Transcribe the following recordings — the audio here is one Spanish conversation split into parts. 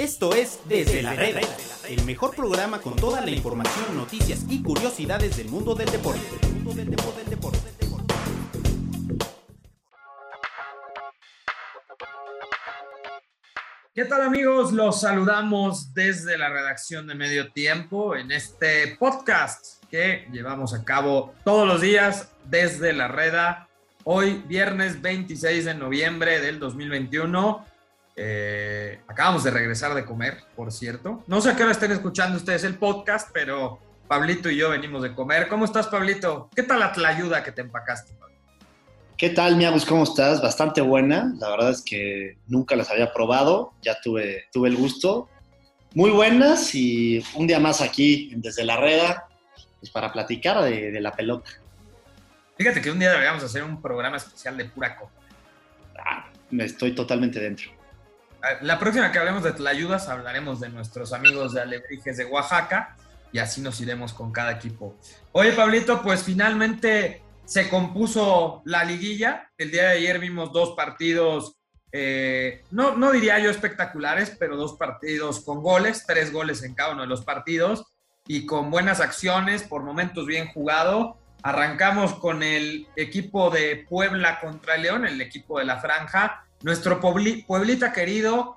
Esto es Desde la Reda, el mejor programa con toda la información, noticias y curiosidades del mundo del deporte. ¿Qué tal, amigos? Los saludamos desde la redacción de Medio Tiempo en este podcast que llevamos a cabo todos los días desde la Reda. Hoy, viernes 26 de noviembre del 2021. Acabamos de regresar de comer, por cierto. No sé a qué hora estén escuchando ustedes el podcast, pero Pablito y yo venimos de comer. ¿Cómo estás, Pablito? ¿Qué tal la tlayuda que te empacaste, Pablo? ¿Qué tal, Miagus? ¿Cómo estás? Bastante buena. La verdad es que nunca las había probado. Ya tuve el gusto. Muy buenas y un día más aquí Desde la Reda, pues para platicar de la pelota. Fíjate que un día deberíamos hacer un programa especial de pura copa. Me estoy totalmente dentro. La próxima que hablemos de tlayudas hablaremos de nuestros amigos de Alebrijes de Oaxaca y así nos iremos con cada equipo. Oye, Pablito, pues finalmente se compuso la liguilla. El día de ayer vimos dos partidos, no diría yo espectaculares, pero dos partidos con goles, 3 goles en cada uno de los partidos y con buenas acciones, por momentos bien jugado. Arrancamos con el equipo de Puebla contra León, el equipo de la Franja. Nuestro Pueblita querido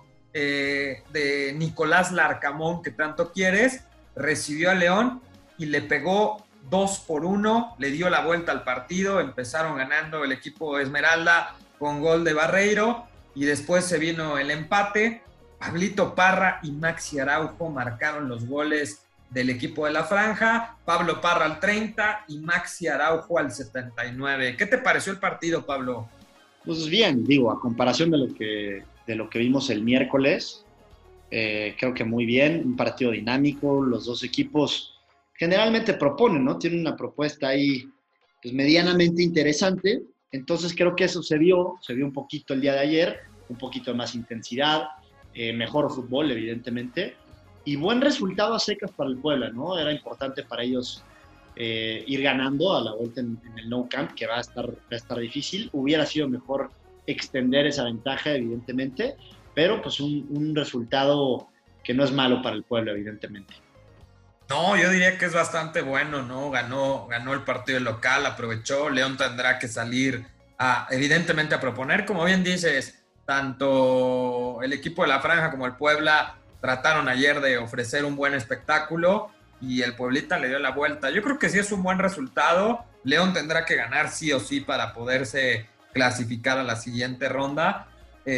de Nicolás Larcamón, que tanto quieres, recibió a León y le pegó 2-1, le dio la vuelta al partido. Empezaron ganando el equipo Esmeralda con gol de Barreiro y después se vino el empate. Pablito Parra y Maxi Araujo marcaron los goles del equipo de la Franja. Pablo Parra al 30 y Maxi Araujo al 79. ¿Qué te pareció el partido, Pablo? Pues bien, digo, a comparación de lo que vimos el miércoles, creo que muy bien, un partido dinámico, los dos equipos generalmente proponen, ¿no? Tienen una propuesta ahí pues, medianamente interesante, entonces creo que eso se vio un poquito el día de ayer, un poquito de más intensidad, mejor fútbol, evidentemente, y buen resultado a secas para el Puebla, ¿no? Era importante para ellos ir ganando a la vuelta en el Nou Camp, que va a estar difícil. Hubiera sido mejor extender esa ventaja, evidentemente, pero pues un resultado que no es malo para el Puebla, evidentemente. No, yo diría que es bastante bueno, ¿no? Ganó el partido local, aprovechó. León tendrá que salir evidentemente a proponer. Como bien dices, tanto el equipo de la Franja como el Puebla trataron ayer de ofrecer un buen espectáculo y el Pueblita le dio la vuelta. Yo creo que sí es un buen resultado. León tendrá que ganar sí o sí para poderse clasificar a la siguiente ronda.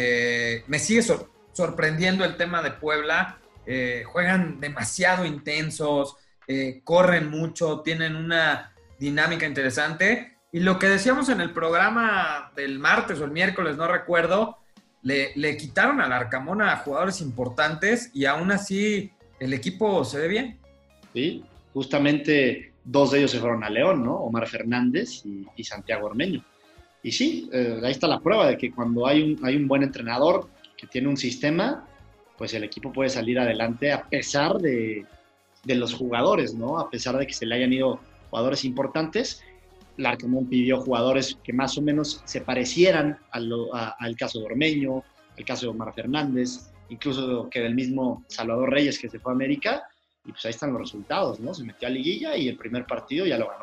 Me sigue sorprendiendo el tema de Puebla. Juegan demasiado intensos, corren mucho, tienen una dinámica interesante. Y lo que decíamos en el programa del martes o el miércoles, no recuerdo, le quitaron al Arcamón a jugadores importantes y aún así el equipo se ve bien. Sí, justamente 2 de ellos se fueron a León, ¿no? Omar Fernández y Santiago Ormeño. Y sí, ahí está la prueba de que cuando hay un buen entrenador que tiene un sistema, pues el equipo puede salir adelante a pesar de los jugadores, ¿no? A pesar de que se le hayan ido jugadores importantes. Larcamón pidió jugadores que más o menos se parecieran al caso de Ormeño, al caso de Omar Fernández, incluso que del mismo Salvador Reyes que se fue a América. Y pues ahí están los resultados, ¿no? Se metió a liguilla y el primer partido ya lo ganó.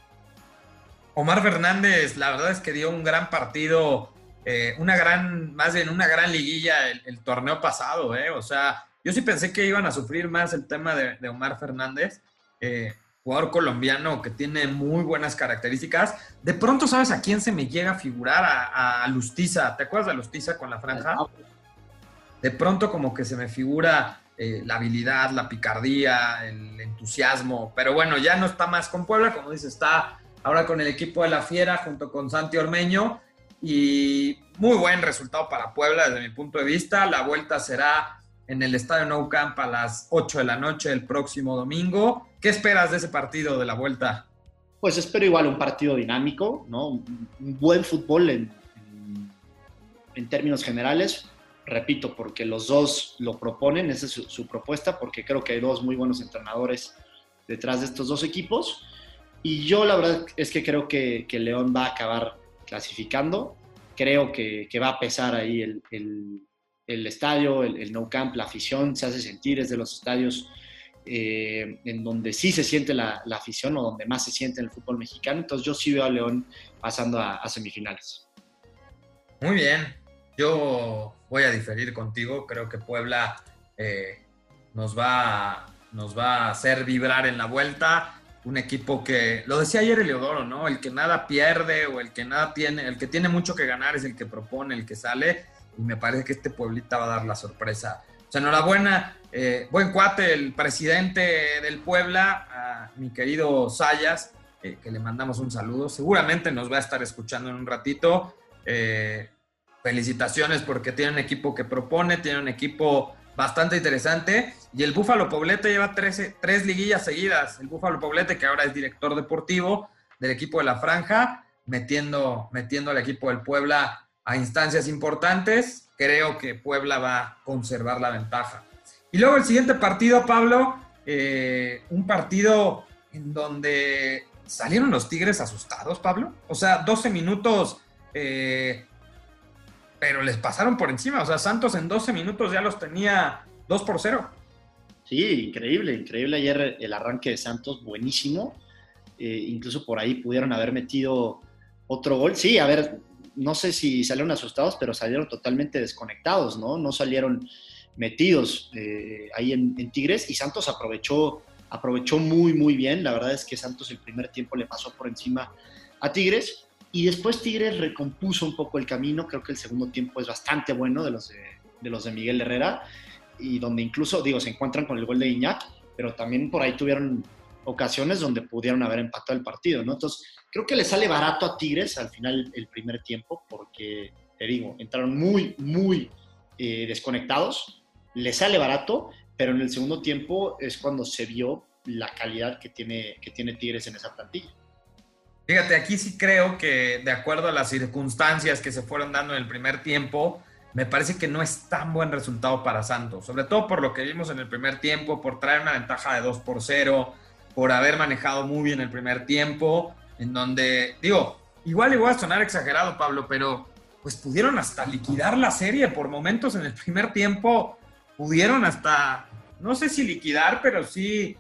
Omar Fernández, la verdad es que dio un gran partido, una gran liguilla el torneo pasado, ¿eh? O sea, yo sí pensé que iban a sufrir más el tema de Omar Fernández, jugador colombiano que tiene muy buenas características. De pronto, ¿sabes a quién se me llega a figurar? A Lustiza. ¿Te acuerdas de Lustiza con la Franja? De pronto como que se me figura la habilidad, la picardía, el entusiasmo, pero bueno, ya no está más con Puebla, como dice, está ahora con el equipo de la Fiera junto con Santi Ormeño y muy buen resultado para Puebla desde mi punto de vista. La vuelta será en el Estadio Nou Camp a las 8 de la noche el próximo domingo. ¿Qué esperas de ese partido de la vuelta? Pues espero igual un partido dinámico, ¿no? Un buen fútbol en términos generales. Repito, porque los dos lo proponen, esa es su propuesta, porque creo que hay 2 muy buenos entrenadores detrás de estos 2 equipos. Y yo la verdad es que creo que León va a acabar clasificando. Creo que va a pesar ahí el estadio, el Nou Camp, la afición se hace sentir, es de los estadios en donde sí se siente la afición o donde más se siente en el fútbol mexicano. Entonces yo sí veo a León pasando a semifinales. Muy bien, yo voy a diferir contigo, creo que Puebla nos va a hacer vibrar en la vuelta, un equipo que, lo decía ayer Eliodoro, ¿no? El que nada pierde o el que tiene mucho que ganar es el que propone, el que sale, y me parece que este Pueblita va a dar la sorpresa. O sea, enhorabuena, buen cuate, el presidente del Puebla, a mi querido Sayas, que le mandamos un saludo, seguramente nos va a estar escuchando en un ratito. Felicitaciones porque tiene un equipo que propone, tiene un equipo bastante interesante, y el Búfalo Poblete lleva 3 liguillas seguidas. El Búfalo Poblete, que ahora es director deportivo del equipo de la Franja, metiendo al equipo del Puebla a instancias importantes. Creo que Puebla va a conservar la ventaja. Y luego el siguiente partido, Pablo, un partido en donde salieron los Tigres asustados, Pablo. O sea, 12 minutos, pero les pasaron por encima. O sea, Santos en 12 minutos ya los tenía 2-0. Sí, increíble ayer el arranque de Santos, buenísimo. Incluso por ahí pudieron haber metido otro gol. Sí, a ver, no sé si salieron asustados, pero salieron totalmente desconectados, ¿no? No salieron metidos ahí en Tigres, y Santos aprovechó muy, muy bien. La verdad es que Santos el primer tiempo le pasó por encima a Tigres, y después Tigres recompuso un poco el camino. Creo que el segundo tiempo es bastante bueno de los de Miguel Herrera, y donde incluso, se encuentran con el gol de Iñak, pero también por ahí tuvieron ocasiones donde pudieron haber empatado el partido, ¿no? Entonces, creo que le sale barato a Tigres al final el primer tiempo, porque, te digo, entraron muy, muy desconectados, le sale barato, pero en el segundo tiempo es cuando se vio la calidad que tiene Tigres en esa plantilla. Fíjate, aquí sí creo que, de acuerdo a las circunstancias que se fueron dando en el primer tiempo, me parece que no es tan buen resultado para Santos, sobre todo por lo que vimos en el primer tiempo, por traer una ventaja de 2-0, por haber manejado muy bien el primer tiempo, en donde, igual voy a sonar exagerado, Pablo, pero pues pudieron hasta liquidar la serie por momentos en el primer tiempo, pudieron hasta, no sé si liquidar, pero sí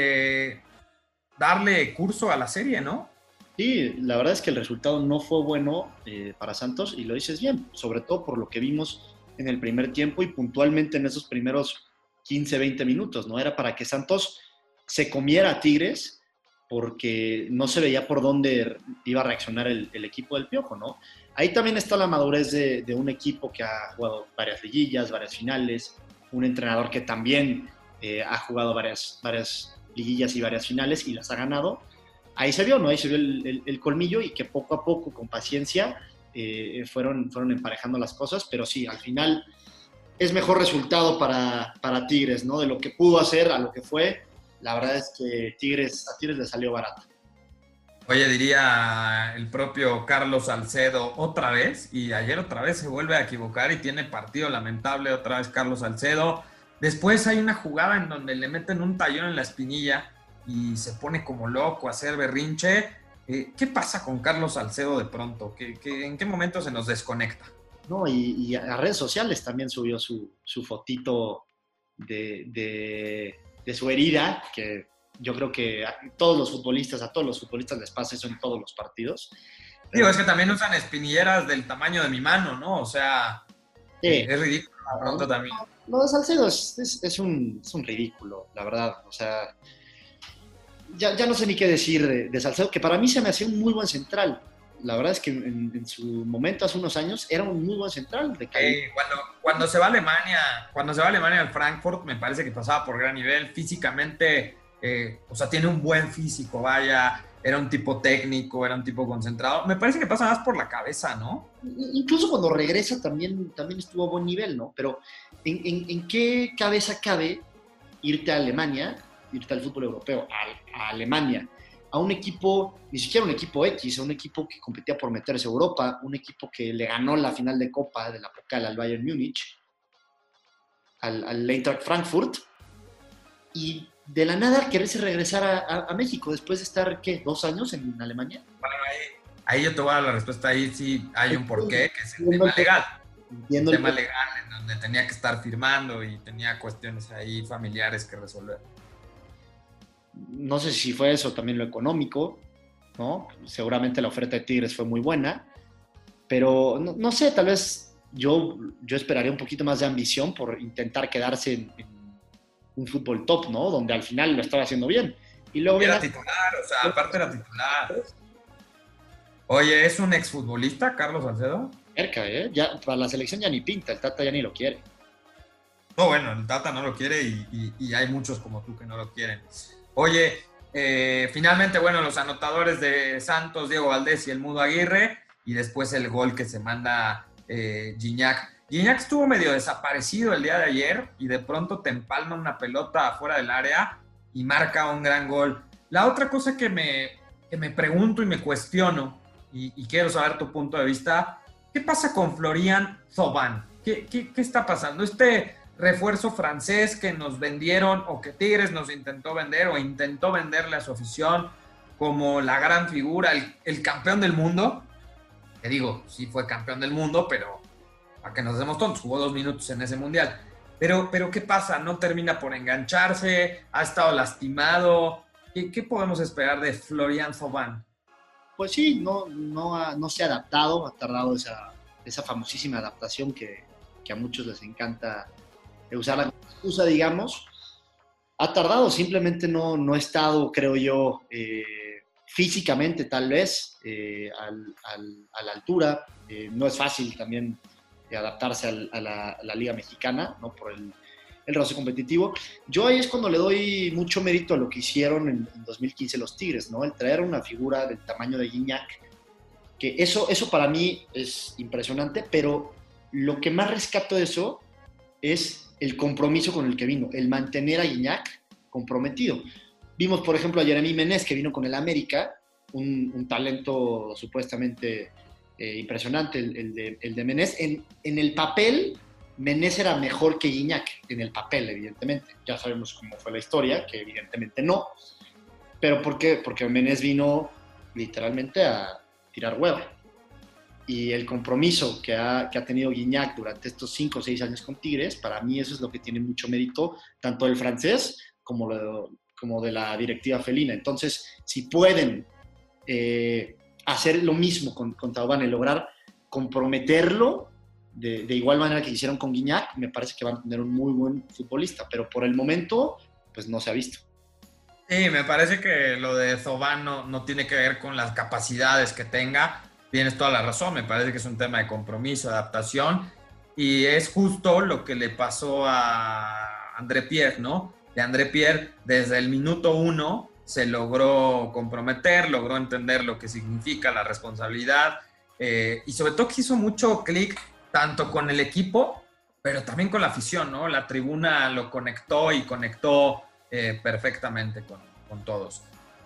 darle curso a la serie, ¿no? Sí, la verdad es que el resultado no fue bueno para Santos, y lo dices bien, sobre todo por lo que vimos en el primer tiempo y puntualmente en esos primeros 15, 20 minutos, ¿no? Era para que Santos se comiera a Tigres, porque no se veía por dónde iba a reaccionar el equipo del Piojo, ¿no? Ahí también está la madurez de un equipo que ha jugado varias liguillas, varias finales, un entrenador que también ha jugado varias liguillas y varias finales y las ha ganado. Ahí se vio, ¿no? Ahí se vio el colmillo, y que poco a poco, con paciencia, fueron emparejando las cosas, pero sí, al final es mejor resultado para Tigres, ¿no? De lo que pudo hacer a lo que fue. La verdad es que a Tigres le salió barato. Oye, diría el propio Carlos Salcedo otra vez, y ayer otra vez se vuelve a equivocar y tiene partido lamentable otra vez Carlos Salcedo. Después hay una jugada en donde le meten un tallón en la espinilla y se pone como loco a hacer berrinche. ¿Qué pasa con Carlos Salcedo de pronto? ¿En qué momento se nos desconecta? No, y a redes sociales también subió su fotito de su herida, que yo creo que a todos los futbolistas les pasa eso en todos los partidos. Es que también usan espinilleras del tamaño de mi mano, ¿no? O sea, sí, es ridículo. Pronto también. Lo de Salcedo es un ridículo, la verdad. O sea, ya no sé ni qué decir de Salcedo, que para mí se me hacía un muy buen central. La verdad es que en su momento, hace unos años, era un muy buen central. Cuando se va a Alemania al Frankfurt, me parece que pasaba por gran nivel físicamente. O sea, tiene un buen físico, vaya, era un tipo técnico, era un tipo concentrado. Me parece que pasa más por la cabeza, ¿no? Incluso cuando regresa también estuvo a buen nivel, ¿no? Pero ¿en qué cabeza cabe irte a Alemania, irte al fútbol europeo, a Alemania, a un equipo, ni siquiera un equipo X, a un equipo que competía por meterse a Europa, un equipo que le ganó la final de Copa de la Pokal al Bayern Múnich, al Eintracht Frankfurt, y de la nada quererse regresar a México después de estar, ¿qué?, 2 años en Alemania? Bueno, ahí yo te voy a dar la respuesta. Ahí sí hay un porqué, que es el tema legal. entiendo tema legal en donde tenía que estar firmando y tenía cuestiones ahí familiares que resolver. No sé si fue eso, también lo económico, ¿no? Seguramente la oferta de Tigres fue muy buena, pero no sé, tal vez yo esperaría un poquito más de ambición por intentar quedarse en un fútbol top, ¿no? Donde al final lo estaba haciendo bien. Y luego era titular, o sea, aparte era titular. Oye, ¿es un exfutbolista, Carlos Salcedo? Cerca, ¿eh? Ya, para la selección ya ni pinta, el Tata ya ni lo quiere. No, bueno, el Tata no lo quiere y hay muchos como tú que no lo quieren. Oye, finalmente, bueno, los anotadores de Santos, Diego Valdés y el Mudo Aguirre, y después el gol que se manda Gignac. Gignac estuvo medio desaparecido el día de ayer y de pronto te empalma una pelota afuera del área y marca un gran gol. La otra cosa que me pregunto y me cuestiono, y quiero saber tu punto de vista, ¿qué pasa con Florian Thauvin? ¿Qué está pasando? Este refuerzo francés que nos vendieron o que Tigres nos intentó vender o intentó venderle a su afición como la gran figura, el campeón del mundo. Te digo, sí fue campeón del mundo, pero para que nos demos tontos, jugó 2 minutos en ese mundial. Pero ¿qué pasa? ¿No termina por engancharse? ¿Ha estado lastimado? ¿Qué podemos esperar de Florian Thauvin? Pues sí, no se ha adaptado, ha tardado esa famosísima adaptación que a muchos les encanta usar la excusa, digamos. Ha tardado, simplemente no ha estado, creo yo, físicamente tal vez a la altura. No es fácil también adaptarse a la Liga Mexicana, ¿no? Por el roce competitivo. Yo ahí es cuando le doy mucho mérito a lo que hicieron en 2015 los Tigres, ¿no? El traer una figura del tamaño de Gignac, que eso para mí es impresionante, pero lo que más rescato de eso es el compromiso con el que vino, el mantener a Gignac comprometido. Vimos, por ejemplo, a Jeremy Menez, que vino con el América, un talento supuestamente impresionante, el de Menez. En el papel, Menez era mejor que Gignac, en el papel, evidentemente. Ya sabemos cómo fue la historia, que evidentemente no. ¿Pero por qué? Porque Menez vino literalmente a tirar hueva. Y el compromiso que ha tenido Gignac durante estos 5 o 6 años con Tigres, para mí eso es lo que tiene mucho mérito, tanto del francés como de la directiva felina. Entonces, si pueden hacer lo mismo con Thauvin y lograr comprometerlo de igual manera que hicieron con Gignac, me parece que van a tener un muy buen futbolista, pero por el momento, pues no se ha visto. Sí, me parece que lo de Thauvin no tiene que ver con las capacidades que tenga. Tienes toda la razón, me parece que es un tema de compromiso, adaptación, y es justo lo que le pasó a André Pierre, ¿no? De André Pierre, desde el minuto 1 se logró comprometer, logró entender lo que significa la responsabilidad, y sobre todo que hizo mucho clic tanto con el equipo, pero también con la afición, ¿no? La tribuna lo conectó y conectó perfectamente con todos.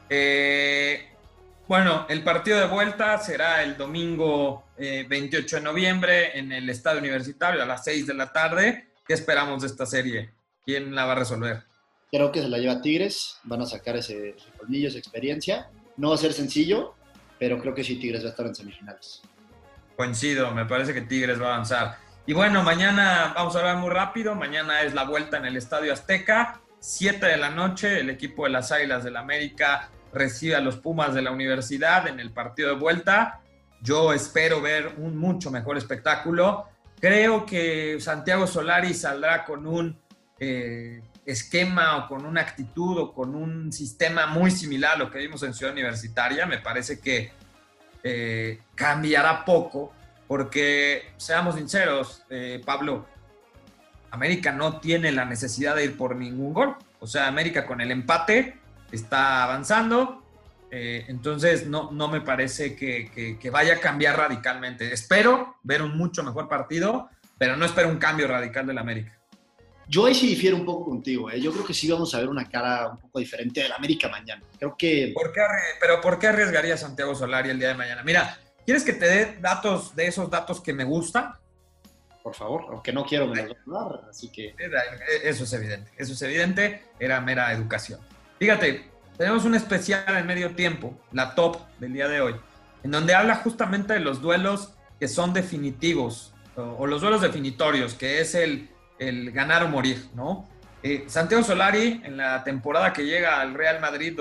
Bueno, el partido de vuelta será el domingo 28 de noviembre en el Estadio Universitario a las 6 de la tarde. ¿Qué esperamos de esta serie? ¿Quién la va a resolver? Creo que se la lleva Tigres, van a sacar ese colmillo, esa experiencia. No va a ser sencillo, pero creo que sí Tigres va a estar en semifinales. Coincido, me parece que Tigres va a avanzar. Y bueno, mañana vamos a hablar muy rápido. Mañana es la vuelta en el Estadio Azteca, 7 de la noche. El equipo de las Águilas del América recibe a los Pumas de la Universidad en el partido de vuelta. Yo espero ver un mucho mejor espectáculo. Creo que Santiago Solari saldrá con un esquema o con una actitud o con un sistema muy similar a lo que vimos en Ciudad Universitaria. Me parece que cambiará poco porque, seamos sinceros, Pablo, América no tiene la necesidad de ir por ningún gol. O sea, América con el empate está avanzando, entonces no me parece que vaya a cambiar radicalmente. Espero ver un mucho mejor partido, pero no espero un cambio radical del América. Yo ahí sí difiero un poco contigo, ¿eh? Yo creo que sí vamos a ver una cara un poco diferente del América mañana. Creo que... ¿Por qué arriesgaría Santiago Solari el día de mañana? Mira, ¿quieres que te dé datos de esos datos que me gustan? Por favor, aunque no quiero me los voy a dar, así que... Eso es evidente, era mera educación. Fíjate, tenemos un especial en medio tiempo, la top del día de hoy, en donde habla justamente de los duelos que son definitivos o los duelos definitorios, que es el ganar o morir, ¿no? Santiago Solari, en la temporada que llega al Real Madrid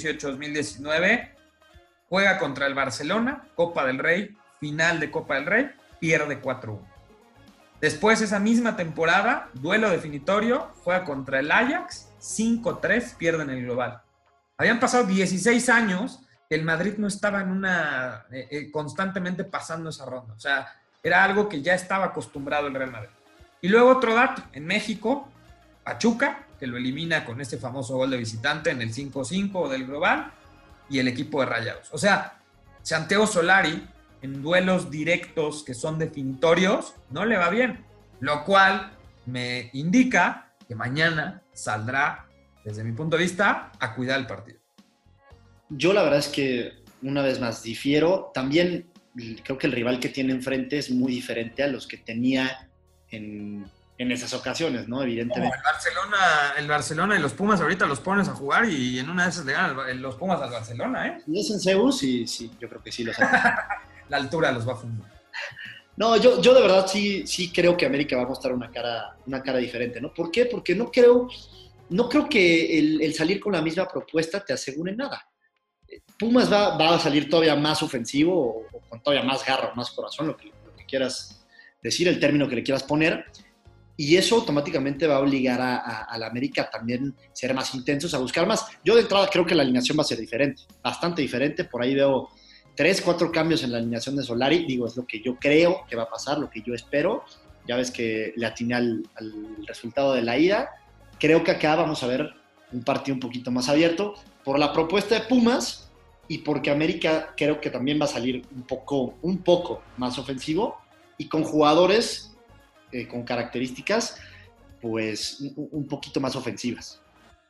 2018-2019, juega contra el Barcelona, Copa del Rey, final de Copa del Rey, pierde 4-1. Después, esa misma temporada, duelo definitorio, juega contra el Ajax, 5-3, pierde en el global. Habían pasado 16 años que el Madrid no estaba en constantemente pasando esa ronda. O sea, era algo que ya estaba acostumbrado el Real Madrid. Y luego otro dato, en México, Pachuca, que lo elimina con este famoso gol de visitante en el 5-5 del global, y el equipo de Rayados. O sea, Santiago Solari, en duelos directos que son definitorios, no le va bien. Lo cual me indica que mañana saldrá, desde mi punto de vista, a cuidar el partido. Yo la verdad es que, una vez más, difiero. También creo que el rival que tiene enfrente es muy diferente a los que tenía en esas ocasiones, ¿no? Evidentemente. El Barcelona y los Pumas ahorita los pones a jugar y en una de esas le ganan los Pumas al Barcelona, ¿eh? Si es en CEU, sí, yo creo que sí los hace. La altura los va a fundir. No, yo de verdad sí creo que América va a mostrar una cara diferente, ¿no? ¿Por qué? Porque no creo que el salir con la misma propuesta te asegure nada. Pumas va a salir todavía más ofensivo o con todavía más garra, más corazón, lo que quieras decir, el término que le quieras poner. Y eso automáticamente va a obligar a la América a también ser más intensos, a buscar más. Yo de entrada creo que la alineación va a ser diferente, bastante diferente. Por ahí veo 3-4 cambios en la alineación de Solari. Digo, es lo que yo creo que va a pasar, lo que yo espero. Ya ves que le atiné al resultado de la ida. Creo que acá vamos a ver un partido un poquito más abierto por la propuesta de Pumas y porque América creo que también va a salir un poco más ofensivo y con jugadores con características pues un poquito más ofensivas.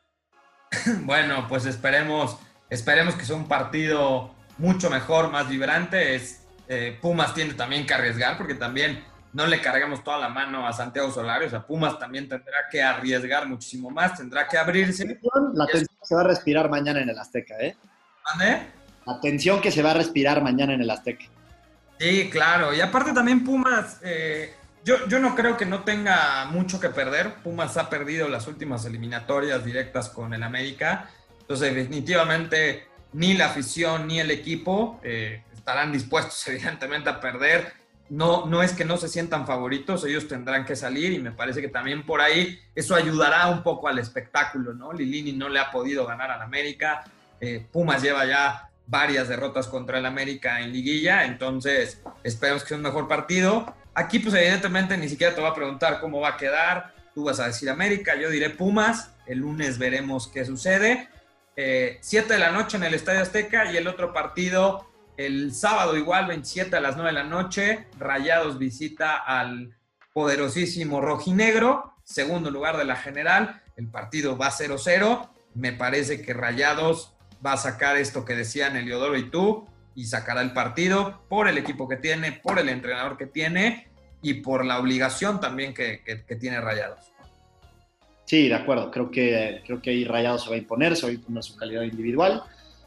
Bueno, pues esperemos que sea un partido mucho mejor, más vibrante. Pumas tiene también que arriesgar porque también no le cargamos toda la mano a Santiago Solari. O sea, Pumas también tendrá que arriesgar muchísimo más, tendrá que abrirse. La tensión se va a respirar mañana en el Azteca, ¿eh? ¿Dónde? La tensión que se va a respirar mañana en el Azteca. Sí, claro. Y aparte también Pumas, yo no creo que no tenga mucho que perder. Pumas ha perdido las últimas eliminatorias directas con el América. Entonces, definitivamente, ni la afición ni el equipo estarán dispuestos, evidentemente, a perder. No es que no se sientan favoritos, ellos tendrán que salir y me parece que también por ahí eso ayudará un poco al espectáculo, ¿no? Lilini no le ha podido ganar al América. Pumas lleva ya varias derrotas contra el América en liguilla, entonces esperemos que sea un mejor partido. Aquí pues evidentemente ni siquiera te voy a preguntar cómo va a quedar, tú vas a decir América, yo diré Pumas, el lunes veremos qué sucede. 7 de la noche en el Estadio Azteca y el otro partido el sábado igual, 27 a las 9 de la noche, Rayados visita al poderosísimo rojinegro, segundo lugar de la general, el partido va 0-0, me parece que Rayados va a sacar esto que decían Eliodoro y tú, y sacará el partido por el equipo que tiene, por el entrenador que tiene y por la obligación también que tiene Rayados. Sí, de acuerdo. Creo que ahí Rayados se va a imponer su calidad individual.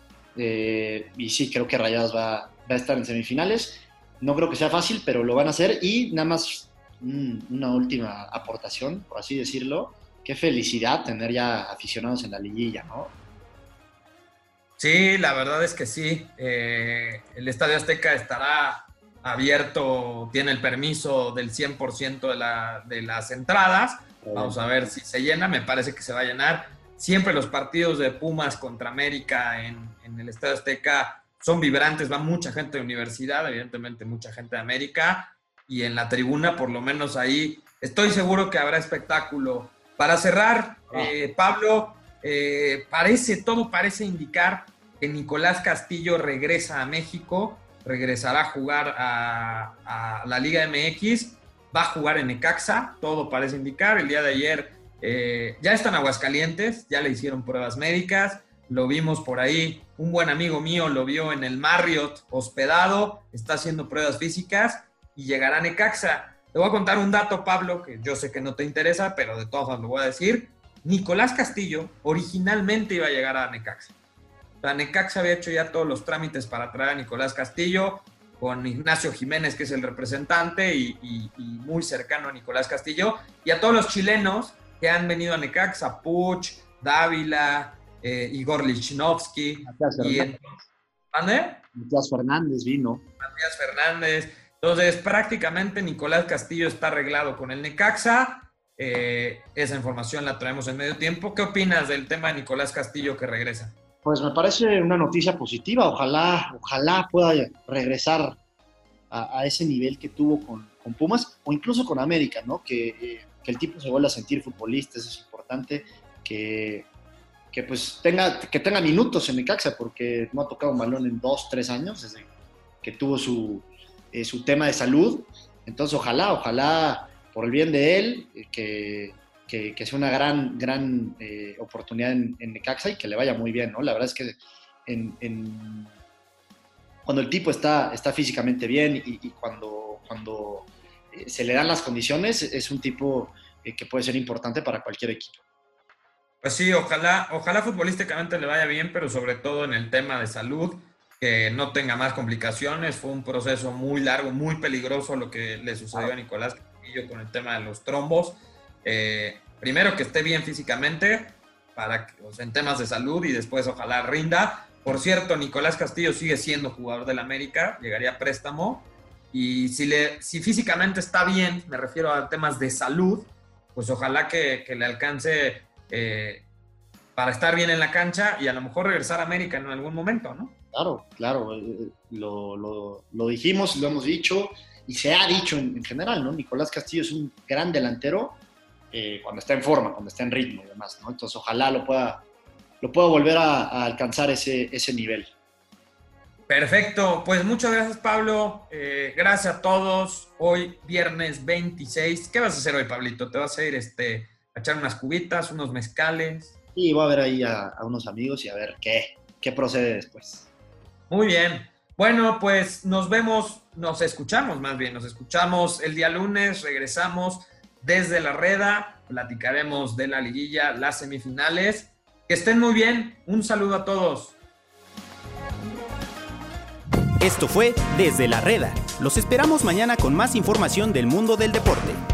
Y sí, creo que Rayados va a estar en semifinales. No creo que sea fácil, pero lo van a hacer. Y nada más una última aportación, por así decirlo. Qué felicidad tener ya aficionados en la liguilla, ¿no? Sí, la verdad es que sí. El Estadio Azteca estará abierto, tiene el permiso del 100% de las entradas. Vamos a ver si se llena, me parece que se va a llenar. Siempre los partidos de Pumas contra América en el Estadio Azteca son vibrantes, va mucha gente de universidad, evidentemente mucha gente de América, y en la tribuna, por lo menos ahí, estoy seguro que habrá espectáculo. Para cerrar, Pablo, todo parece indicar que Nicolás Castillo regresa a México, regresará a jugar a la Liga MX, va a jugar en Necaxa, todo parece indicar. El día de ayer ya está en Aguascalientes, ya le hicieron pruebas médicas, lo vimos por ahí, un buen amigo mío lo vio en el Marriott hospedado, está haciendo pruebas físicas y llegará a Necaxa. Te voy a contar un dato, Pablo, que yo sé que no te interesa, pero de todas formas lo voy a decir. Nicolás Castillo originalmente iba a llegar a Necaxa. O sea, Necaxa había hecho ya todos los trámites para traer a Nicolás Castillo. con Ignacio Jiménez, que es el representante y muy cercano a Nicolás Castillo, y a todos los chilenos que han venido a Necaxa, Puch, Dávila, Igor Lichnowsky. Matías Fernández vino. Matías Fernández. Entonces, prácticamente Nicolás Castillo está arreglado con el Necaxa. Esa información la traemos en medio tiempo. ¿Qué opinas del tema de Nicolás Castillo que regresa? Pues me parece una noticia positiva. Ojalá pueda regresar a ese nivel que tuvo con Pumas o incluso con América, ¿no? Que el tipo se vuelva a sentir futbolista, eso es importante. Que tenga minutos en Necaxa, porque no ha tocado un balón en 2-3 años desde que tuvo su tema de salud. Entonces, ojalá por el bien de él, que sea una gran oportunidad en Necaxa y que le vaya muy bien, ¿no? La verdad es que cuando el tipo está físicamente bien y cuando se le dan las condiciones, es un tipo que puede ser importante para cualquier equipo. Pues sí, ojalá futbolísticamente le vaya bien, pero sobre todo en el tema de salud, que no tenga más complicaciones. Fue un proceso muy largo, muy peligroso lo que le sucedió a Nicolás Castillo con el tema de los trombos. Primero que esté bien físicamente en temas de salud, y después ojalá rinda. Por cierto, Nicolás Castillo sigue siendo jugador del América, llegaría a préstamo, y si físicamente está bien, me refiero a temas de salud, pues ojalá que le alcance para estar bien en la cancha y a lo mejor regresar a América en algún momento, ¿no? Claro, lo dijimos, lo hemos dicho y se ha dicho en general, ¿no? Nicolás Castillo es un gran delantero cuando está en forma, cuando está en ritmo y demás, ¿no? Entonces ojalá lo pueda volver a alcanzar ese nivel. Perfecto, pues muchas gracias, Pablo. Gracias a todos. Hoy viernes 26. ¿Qué vas a hacer hoy, Pablito? ¿Te vas a ir a echar unas cubitas, unos mezcales? Y voy a ver ahí a unos amigos y a ver qué procede después. Muy bien. Bueno, pues nos escuchamos el día lunes, regresamos desde la Reda, platicaremos de la liguilla, las semifinales. Que estén muy bien, un saludo a todos. Esto fue Desde la Reda. Los esperamos mañana con más información del mundo del deporte.